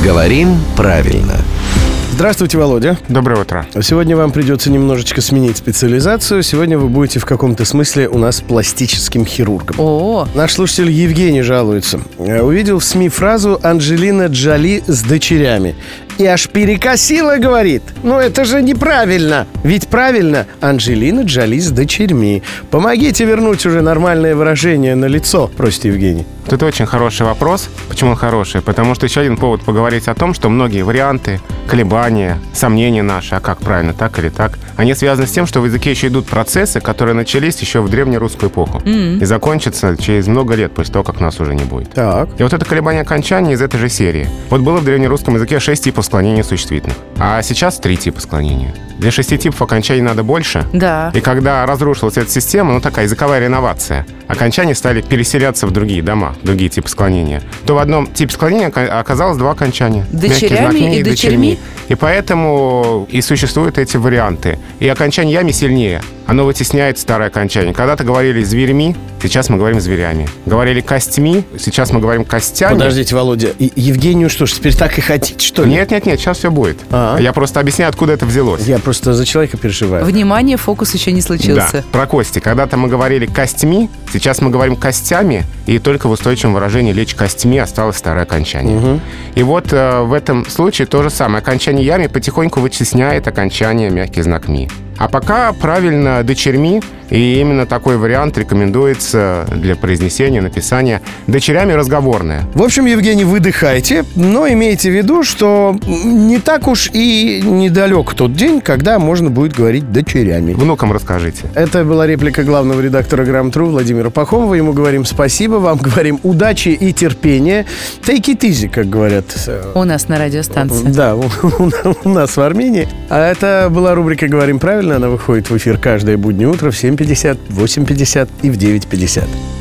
Говорим правильно. Здравствуйте, Володя. Доброе утро. Сегодня вам придется немножечко сменить специализацию. Сегодня вы будете в каком-то смысле у нас пластическим хирургом. О, Наш слушатель Евгений жалуется. Увидел в СМИ фразу «Анджелина Джоли с дочерями». И аж перекосило, говорит. Ну это же неправильно. Ведь правильно, Анджелина Джоли с дочерьми. Помогите вернуть уже нормальное выражение на лицо, просит Евгений. Это очень хороший вопрос. Почему он хороший? Потому что еще один повод поговорить о том, что многие варианты, колебания, сомнения наши, а как правильно, так или так, они связаны с тем, что в языке еще идут процессы, которые начались еще в древнерусскую эпоху. И закончатся через много лет после того, как нас уже не будет. Так. И вот это колебание окончаний из этой же серии. Вот было в древнерусском языке 6 типов склонения существительных, а сейчас 3 типа склонения. Для 6 типов окончаний надо больше. да. И когда разрушилась эта система, такая языковая реновация, окончания стали переселяться в другие дома, в другие типы склонения, то в одном типе склонения оказалось 2 окончания. Дочерями Мягкий знак «ми» и дочерьми. И поэтому и существуют эти варианты. И окончание «ями» сильнее. Оно вытесняет старое окончание. Когда-то говорили «зверьми», сейчас мы говорим «зверями». Говорили «костьми», сейчас мы говорим «костями». Подождите, Володя, Евгению что ж, теперь так и хотите, что ли? Нет, сейчас все будет. А. Я просто объясняю, откуда это взялось. Я просто за человека переживаю. Внимание, фокус еще не случился. Да, про кости. Когда-то мы говорили «костьми», сейчас мы говорим «костями», и только в устойчивом выражении «лечь костьми» осталось старое окончание. И вот в этом случае то же самое. Окончание «ями» потихоньку вытесняет окончание мягкий знак «ми». А пока правильно «дочерьми», и именно такой вариант рекомендуется для произнесения, написания. «Дочерями» разговорное. В общем, Евгений, выдыхайте, но имейте в виду, что не так уж и недалек тот день, когда можно будет говорить «дочерями». Внукам расскажите. Это была реплика главного редактора «Грамотру» Владимира Пахомова. Ему говорим спасибо, вам говорим удачи и терпения. Take it easy, как говорят. У нас на радиостанции. Да, у нас в Армении. А это была рубрика «Говорим правильно». Она выходит в эфир каждое буднее утро в 7:50, в 8:50 и в 9:50.